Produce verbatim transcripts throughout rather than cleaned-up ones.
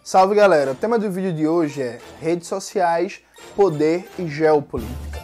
Salve galera, o tema do vídeo de hoje é redes sociais, poder e geopolítica.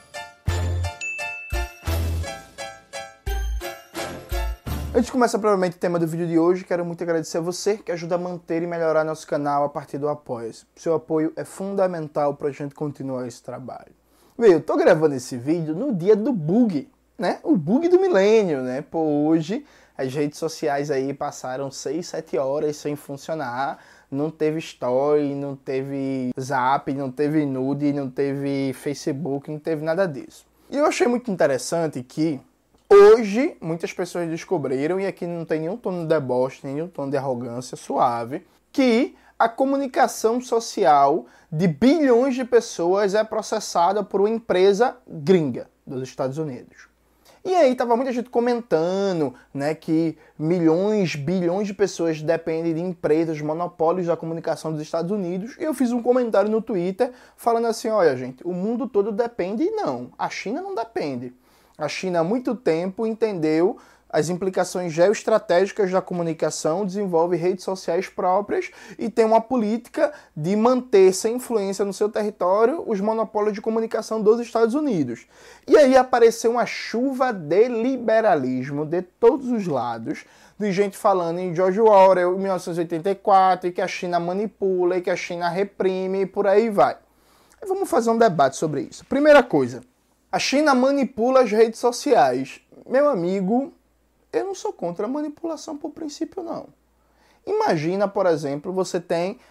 Antes de começar provavelmente o tema do vídeo de hoje, quero muito agradecer a você que ajuda a manter e melhorar nosso canal a partir do Apoia-se. Seu apoio é fundamental para a gente continuar esse trabalho. Veio, eu tô gravando esse vídeo no dia do bug, né? O bug do milênio, né? Pô, hoje as redes sociais aí passaram seis, sete horas sem funcionar. Não teve story, não teve zap, não teve nude, não teve Facebook, não teve nada disso. E eu achei muito interessante que hoje muitas pessoas descobriram, e aqui não tem nenhum tom de deboche, nenhum tom de arrogância suave, que a comunicação social de bilhões de pessoas é processada por uma empresa gringa dos Estados Unidos. E aí tava muita gente comentando, né, que milhões, bilhões de pessoas dependem de empresas, monopólios da comunicação dos Estados Unidos. E eu fiz um comentário no Twitter falando assim, olha gente, o mundo todo depende e não, a China não depende. A China há muito tempo entendeu as implicações geoestratégicas da comunicação, desenvolve redes sociais próprias e tem uma política de manter sem influência no seu território os monopólios de comunicação dos Estados Unidos. E aí apareceu uma chuva de liberalismo de todos os lados, de gente falando em George Orwell, em mil novecentos e oitenta e quatro, e que a China manipula, e que a China reprime, e por aí vai. E vamos fazer um debate sobre isso. Primeira coisa, a China manipula as redes sociais. Meu amigo, eu não sou contra a manipulação por princípio, não. Imagina, por exemplo, você tem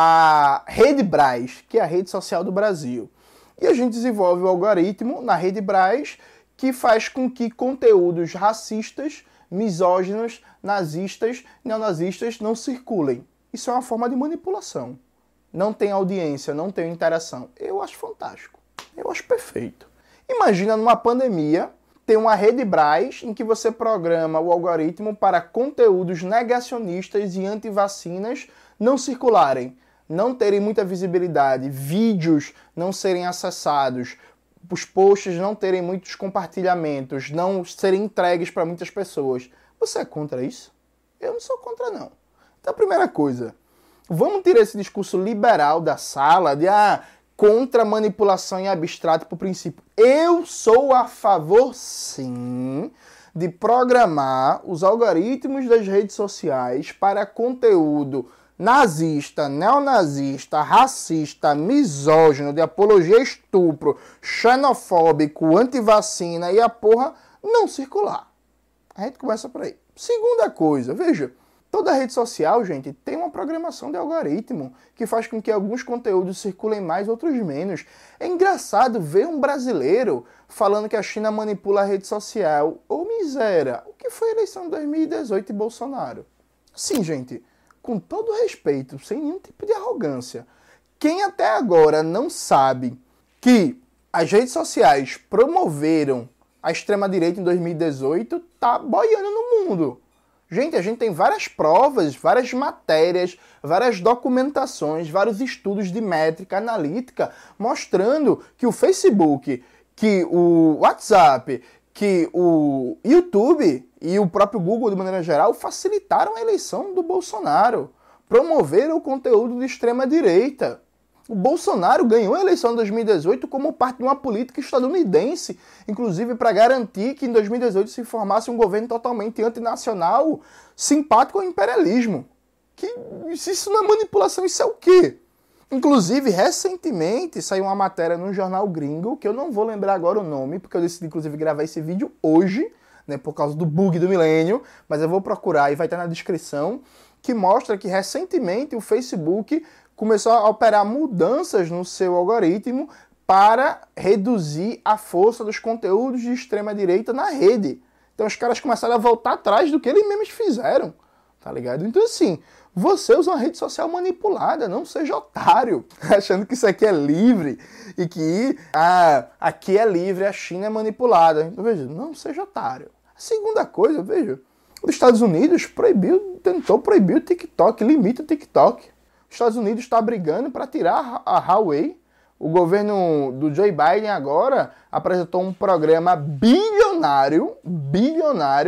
a Rede Brás, que é a rede social do Brasil. E a gente desenvolve o algoritmo na Rede Brás que faz com que conteúdos racistas, misóginos, nazistas, neonazistas não circulem. Isso é uma forma de manipulação. Não tem audiência, não tem interação. Eu acho fantástico. Eu acho perfeito. Imagina numa pandemia ter uma Rede Brás em que você programa o algoritmo para conteúdos negacionistas e anti-vacinas não circularem, não terem muita visibilidade, vídeos não serem acessados, os posts não terem muitos compartilhamentos, não serem entregues para muitas pessoas. Você é contra isso? Eu não sou contra, não. Então, a primeira coisa, vamos tirar esse discurso liberal da sala de ah, contra a manipulação em abstrato por princípio. Eu sou a favor, sim, de programar os algoritmos das redes sociais para conteúdo nazista, neonazista, racista, misógino, de apologia a estupro, xenofóbico, antivacina e a porra não circular. A gente começa por aí. Segunda coisa, veja, toda rede social, gente, tem uma programação de algoritmo que faz com que alguns conteúdos circulem mais, outros menos. É engraçado ver um brasileiro falando que a China manipula a rede social. Ô miséria, o que foi a eleição de dois mil e dezoito e Bolsonaro? Sim, gente, com todo respeito, sem nenhum tipo de arrogância, quem até agora não sabe que as redes sociais promoveram a extrema-direita em dois mil e dezoito tá boiando no mundo. Gente, a gente tem várias provas, várias matérias, várias documentações, vários estudos de métrica analítica mostrando que o Facebook, que o WhatsApp, que o YouTube e o próprio Google, de maneira geral, facilitaram a eleição do Bolsonaro, promoveram o conteúdo de extrema-direita. O Bolsonaro ganhou a eleição de dois mil e dezoito como parte de uma política estadunidense, inclusive para garantir que em dois mil e dezoito se formasse um governo totalmente antinacional, simpático ao imperialismo. Que, se isso não é manipulação, isso é o quê? Inclusive, recentemente saiu uma matéria num jornal gringo, que eu não vou lembrar agora o nome, porque eu decidi inclusive gravar esse vídeo hoje, né, por causa do bug do milênio, mas eu vou procurar e vai estar na descrição, que mostra que recentemente o Facebook começou a operar mudanças no seu algoritmo para reduzir a força dos conteúdos de extrema-direita na rede. Então os caras começaram a voltar atrás do que eles mesmos fizeram, tá ligado? Então assim, você usa uma rede social manipulada, não seja otário, achando que isso aqui é livre e que ah, aqui é livre, a China é manipulada. Então veja, não seja otário. A segunda coisa, veja, os Estados Unidos proibiu, tentou proibir o TikTok, limita o TikTok. Os Estados Unidos está brigando para tirar a Huawei. O governo do Joe Biden agora apresentou um programa bilionário, bilionário,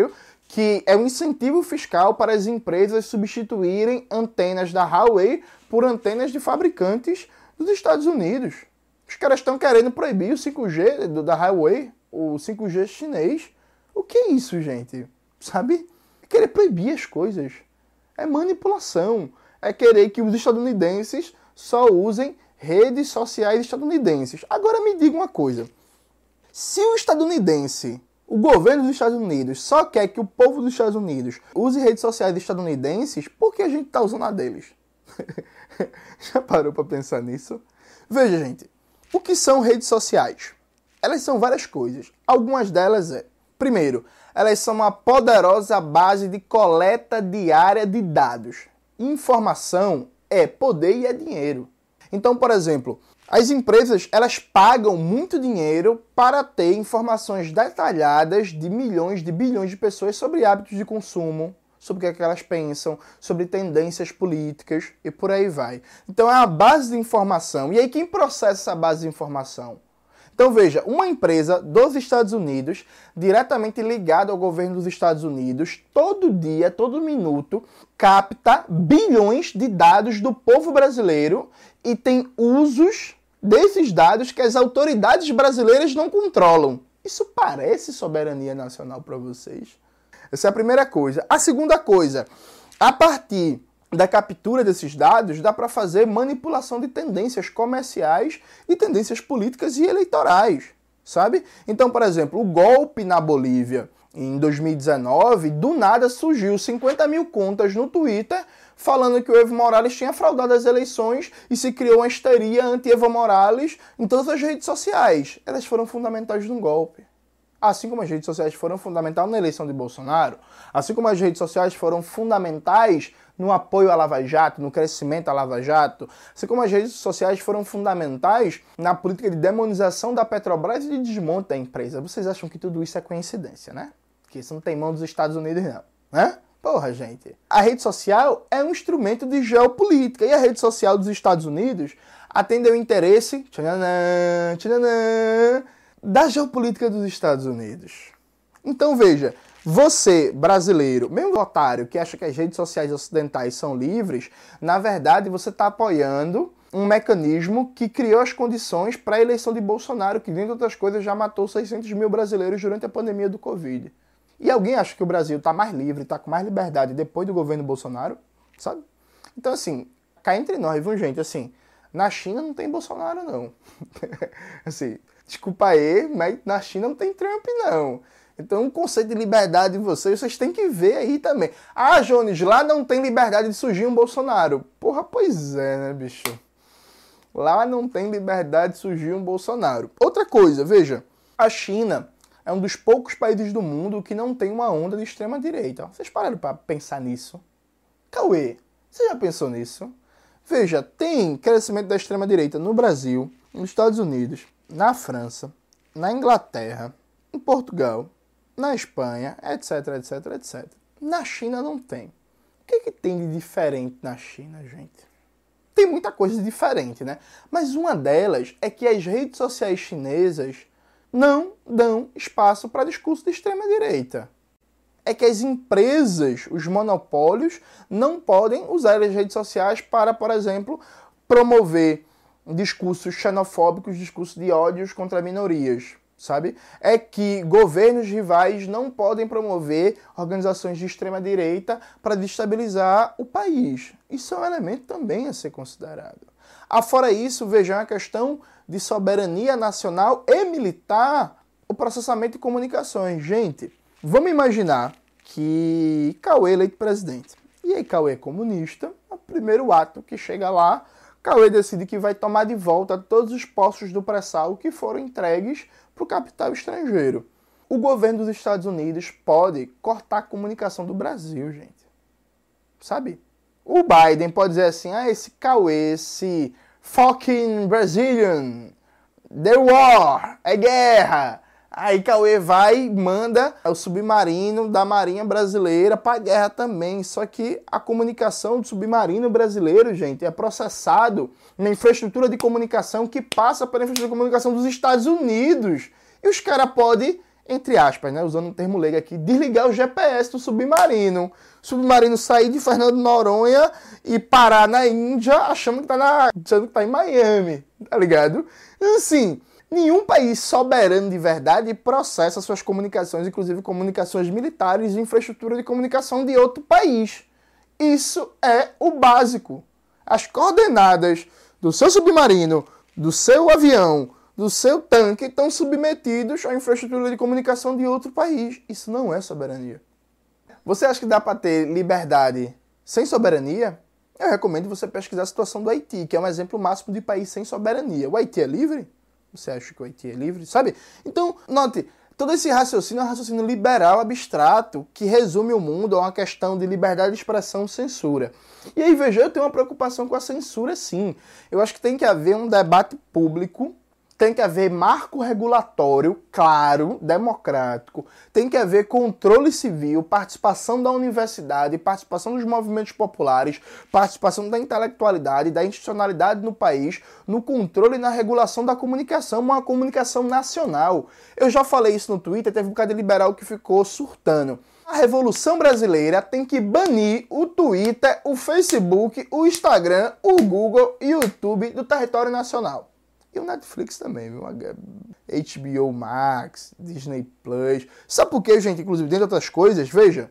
que é um incentivo fiscal para as empresas substituírem antenas da Huawei por antenas de fabricantes dos Estados Unidos. Os caras estão querendo proibir o cinco G da Huawei, o cinco G chinês. O que é isso, gente? Sabe? É querer proibir as coisas. É manipulação. É querer que os estadunidenses só usem redes sociais estadunidenses. Agora me diga uma coisa. Se o estadunidense, o governo dos Estados Unidos, só quer que o povo dos Estados Unidos use redes sociais estadunidenses, por que a gente está usando a deles? Já parou para pensar nisso? Veja, gente. O que são redes sociais? Elas são várias coisas. Algumas delas é... Primeiro, elas são uma poderosa base de coleta diária de dados. Informação é poder e é dinheiro. Então, por exemplo, as empresas elas pagam muito dinheiro para ter informações detalhadas de milhões de bilhões de pessoas sobre hábitos de consumo, sobre o que elas pensam, sobre tendências políticas e por aí vai. Então é a base de informação. E aí quem processa essa base de informação? Então veja, uma empresa dos Estados Unidos, diretamente ligada ao governo dos Estados Unidos, todo dia, todo minuto, capta bilhões de dados do povo brasileiro e tem usos desses dados que as autoridades brasileiras não controlam. Isso parece soberania nacional para vocês? Essa é a primeira coisa. A segunda coisa, a partir da captura desses dados, dá para fazer manipulação de tendências comerciais e tendências políticas e eleitorais, sabe? Então, por exemplo, o golpe na Bolívia em dois mil e dezenove, do nada surgiu cinquenta mil contas no Twitter falando que o Evo Morales tinha fraudado as eleições e se criou uma histeria anti-Evo Morales em todas as redes sociais. Elas foram fundamentais no golpe. Assim como as redes sociais foram fundamentais na eleição de Bolsonaro, assim como as redes sociais foram fundamentais no apoio à Lava Jato, no crescimento à Lava Jato, assim como as redes sociais foram fundamentais na política de demonização da Petrobras e de desmonte da empresa. Vocês acham que tudo isso é coincidência, né? Que isso não tem mão dos Estados Unidos, não, né? Porra, gente. A rede social é um instrumento de geopolítica e a rede social dos Estados Unidos atende ao interesse tchananã, tchananã, da geopolítica dos Estados Unidos. Então veja, você, brasileiro, mesmo otário que acha que as redes sociais ocidentais são livres, na verdade você está apoiando um mecanismo que criou as condições para a eleição de Bolsonaro, que, dentre outras coisas, já matou seiscentos mil brasileiros durante a pandemia do Covid. E alguém acha que o Brasil está mais livre, está com mais liberdade depois do governo Bolsonaro, sabe? Então, assim, cá entre nós, viu, gente? Assim, na China não tem Bolsonaro, não. Assim, desculpa aí, mas na China não tem Trump, não. Então, o conceito de liberdade de vocês, vocês têm que ver aí também. Ah, Jones, lá não tem liberdade de surgir um Bolsonaro. Porra, pois é, né, bicho? Lá não tem liberdade de surgir um Bolsonaro. Outra coisa, veja, a China é um dos poucos países do mundo que não tem uma onda de extrema-direita. Vocês pararam para pensar nisso? Cauê, você já pensou nisso? Veja, tem crescimento da extrema-direita no Brasil, nos Estados Unidos, na França, na Inglaterra, em Portugal, na Espanha, etc, etc, etcétera. Na China não tem. O que, que tem de diferente na China, gente? Tem muita coisa diferente, né? Mas uma delas é que as redes sociais chinesas não dão espaço para discurso de extrema-direita. É que as empresas, os monopólios, não podem usar as redes sociais para, por exemplo, promover discursos xenofóbicos, discursos de ódios contra minorias, sabe? É que governos rivais não podem promover organizações de extrema-direita para destabilizar o país. Isso é um elemento também a ser considerado. Afora isso, vejam a questão de soberania nacional e militar, o processamento de comunicações. Gente, vamos imaginar que Cauê é eleito presidente. E aí Cauê é comunista, o primeiro ato que chega lá, Cauê decide que vai tomar de volta todos os postos do pré-sal que foram entregues para o capital estrangeiro. O governo dos Estados Unidos pode cortar a comunicação do Brasil, gente. Sabe? O Biden pode dizer assim, ah, esse Cauê, esse fucking Brazilian, the war, é guerra. Aí Cauê vai e manda o submarino da Marinha Brasileira para a guerra também. Só que a comunicação do submarino brasileiro, gente, é processado na infraestrutura de comunicação que passa pela infraestrutura de comunicação dos Estados Unidos. E os caras podem entre aspas, né, usando um termo leigo aqui, desligar o G P S do submarino. O submarino sair de Fernando de Noronha e parar na Índia achando que tá, na, achando que tá em Miami, tá ligado? Assim, nenhum país soberano de verdade processa suas comunicações, inclusive comunicações militares e infraestrutura de comunicação de outro país. Isso é o básico. As coordenadas do seu submarino, do seu avião, do seu tanque estão submetidos à infraestrutura de comunicação de outro país. Isso não é soberania. Você acha que dá para ter liberdade sem soberania? Eu recomendo você pesquisar a situação do Haiti, que é um exemplo máximo de país sem soberania. O Haiti é livre? Você acha que o Haiti é livre? Sabe? Então, note, todo esse raciocínio é um raciocínio liberal abstrato que resume o mundo a uma questão de liberdade de expressão e censura. E aí, veja, eu tenho uma preocupação com a censura, sim. Eu acho que tem que haver um debate público, tem que haver marco regulatório claro, democrático, tem que haver controle civil, participação da universidade, participação dos movimentos populares, participação da intelectualidade, da institucionalidade no país, no controle e na regulação da comunicação, uma comunicação nacional. Eu já falei isso no Twitter, teve um bocado de liberal que ficou surtando. A Revolução Brasileira tem que banir o Twitter, o Facebook, o Instagram, o Google e o YouTube do território nacional. E o Netflix também, viu? H B O Max, Disney Plus. Sabe por quê, gente? Inclusive, dentre outras coisas, veja,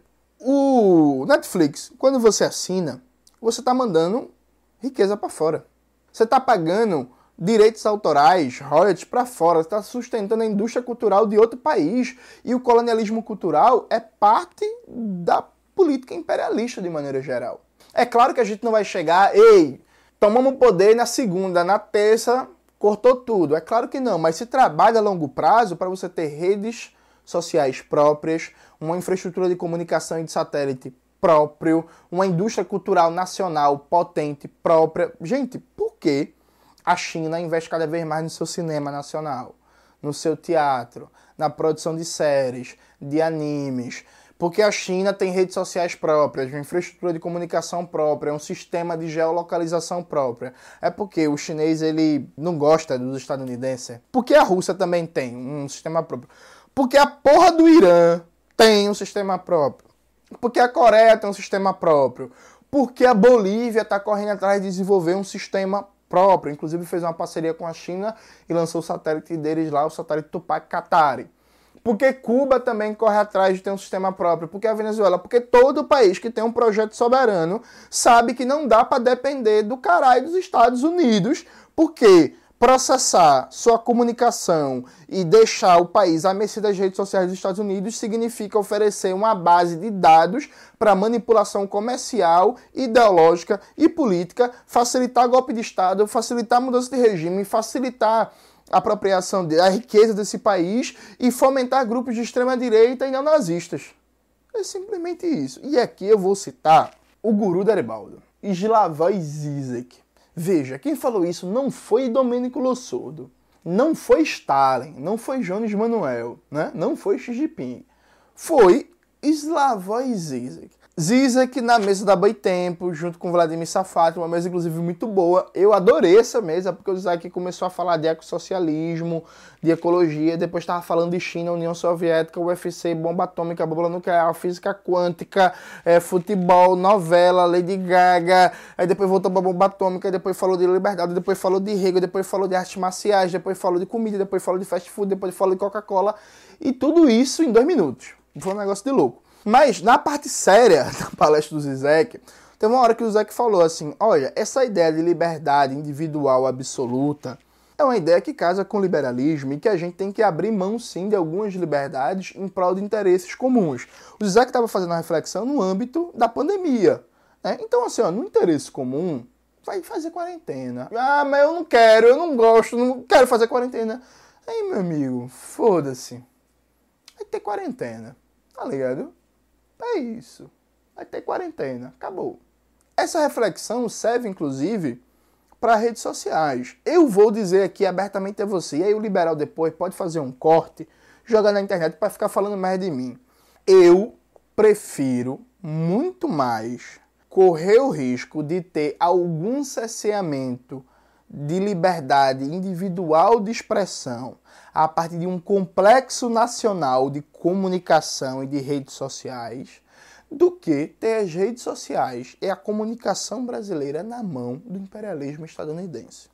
o Netflix, quando você assina, você está mandando riqueza para fora. Você está pagando direitos autorais, royalties para fora, você está sustentando a indústria cultural de outro país. E o colonialismo cultural é parte da política imperialista de maneira geral. É claro que a gente não vai chegar, ei, tomamos o poder na segunda, na terça, cortou tudo. É claro que não, mas se trabalha a longo prazo para você ter redes sociais próprias, uma infraestrutura de comunicação e de satélite próprio, uma indústria cultural nacional potente própria. Gente, por que a China investe cada vez mais no seu cinema nacional, no seu teatro, na produção de séries, de animes? Porque a China tem redes sociais próprias, uma infraestrutura de comunicação própria, um sistema de geolocalização própria. É porque o chinês ele não gosta dos estadunidenses. Porque a Rússia também tem um sistema próprio. Porque a porra do Irã tem um sistema próprio. Porque a Coreia tem um sistema próprio. Porque a Bolívia está correndo atrás de desenvolver um sistema próprio. Inclusive fez uma parceria com a China e lançou o satélite deles lá, o satélite Tupac Katari. Porque Cuba também corre atrás de ter um sistema próprio. Porque a Venezuela, porque todo país que tem um projeto soberano sabe que não dá para depender do caralho dos Estados Unidos, porque processar sua comunicação e deixar o país à mercê das redes sociais dos Estados Unidos significa oferecer uma base de dados para manipulação comercial, ideológica e política, facilitar golpe de Estado, facilitar mudança de regime, facilitar a apropriação da riqueza desse país e fomentar grupos de extrema-direita e neonazistas. É simplesmente isso. E aqui eu vou citar o guru Garibaldo, Slavoj Žižek. Veja, quem falou isso não foi Domênico Losurdo, não foi Stalin, não foi Jones Manuel, né? Não foi Xi Jinping. Foi Slavoj Žižek. Žižek na mesa da Boitempo, junto com Vladimir Safat, uma mesa inclusive muito boa. Eu adorei essa mesa, porque o Žižek começou a falar de ecossocialismo, de ecologia, depois estava falando de China, União Soviética, U F C, bomba atômica, bomba nuclear, física quântica, é, futebol, novela, Lady Gaga, aí depois voltou para bomba atômica, depois falou de liberdade, depois falou de Hegel, depois falou de artes marciais, depois falou de comida, depois falou de fast food, depois falou de Coca-Cola, e tudo isso em dois minutos. Foi um negócio de louco. Mas na parte séria da palestra do Žižek, teve uma hora que o Žižek falou assim, olha, essa ideia de liberdade individual absoluta é uma ideia que casa com o liberalismo e que a gente tem que abrir mão, sim, de algumas liberdades em prol de interesses comuns. O Žižek estava fazendo uma reflexão no âmbito da pandemia, né? Então, assim, ó, no interesse comum, vai fazer quarentena. Ah, mas eu não quero, eu não gosto, não quero fazer quarentena. Aí, meu amigo, foda-se. Vai ter quarentena, tá ligado? É isso. Vai ter quarentena. Acabou. Essa reflexão serve, inclusive, para redes sociais. Eu vou dizer aqui abertamente a você, e aí o liberal depois pode fazer um corte, jogar na internet para ficar falando mais de mim. Eu prefiro muito mais correr o risco de ter algum cerceamento de liberdade individual de expressão a partir de um complexo nacional de comunicação e de redes sociais do que ter as redes sociais e a comunicação brasileira na mão do imperialismo estadunidense.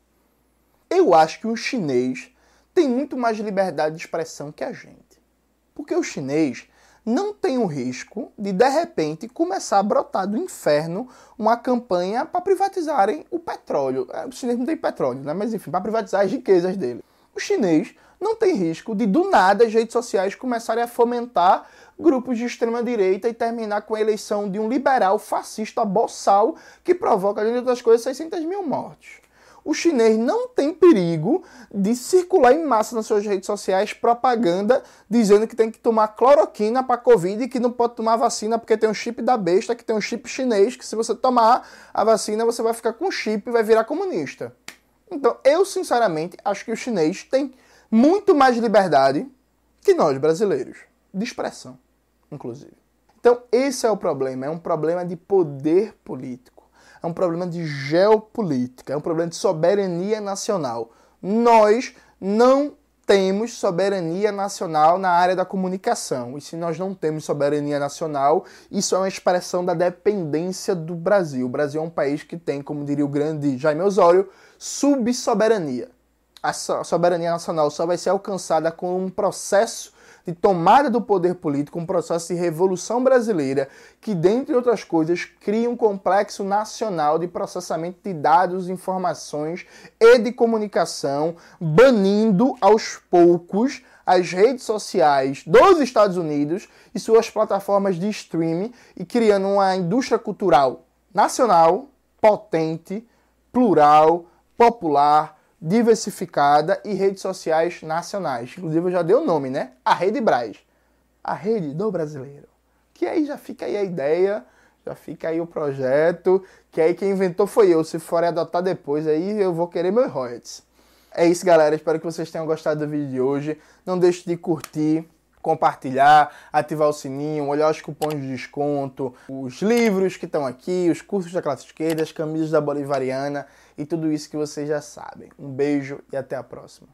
Eu acho que o chinês tem muito mais liberdade de expressão que a gente. Porque o chinês não tem o risco de, de repente, começar a brotar do inferno uma campanha para privatizarem o petróleo. O chinês não tem petróleo, né? Mas enfim, para privatizar as riquezas dele. O chinês não tem risco de, do nada, as redes sociais começarem a fomentar grupos de extrema-direita e terminar com a eleição de um liberal fascista boçal que provoca, além de outras coisas, seiscentas mil mortes. O chinês não tem perigo de circular em massa nas suas redes sociais propaganda dizendo que tem que tomar cloroquina para Covid e que não pode tomar vacina porque tem um chip da besta, que tem um chip chinês, que se você tomar a vacina você vai ficar com chip e vai virar comunista. Então, eu sinceramente acho que o chinês tem muito mais liberdade que nós brasileiros, de expressão, inclusive. Então, esse é o problema, é um problema de poder político. É um problema de geopolítica, é um problema de soberania nacional. Nós não temos soberania nacional na área da comunicação. E se nós não temos soberania nacional, isso é uma expressão da dependência do Brasil. O Brasil é um país que tem, como diria o grande Jaime Osório, subsoberania. A soberania nacional só vai ser alcançada com um processo de tomada do poder político, um processo de revolução brasileira que, dentre outras coisas, cria um complexo nacional de processamento de dados, informações e de comunicação, banindo aos poucos as redes sociais dos Estados Unidos e suas plataformas de streaming e criando uma indústria cultural nacional, potente, plural, popular, diversificada e redes sociais nacionais. Inclusive eu já dei o nome, né? A Rede Braz. A Rede do Brasileiro. Que aí já fica aí a ideia, já fica aí o projeto, que aí quem inventou foi eu. Se for adotar depois, aí eu vou querer meus royalties. É isso, galera. Espero que vocês tenham gostado do vídeo de hoje. Não deixe de curtir, compartilhar, ativar o sininho, olhar os cupons de desconto, os livros que estão aqui, os cursos da classe esquerda, as camisas da Bolivariana e tudo isso que vocês já sabem. Um beijo e até a próxima.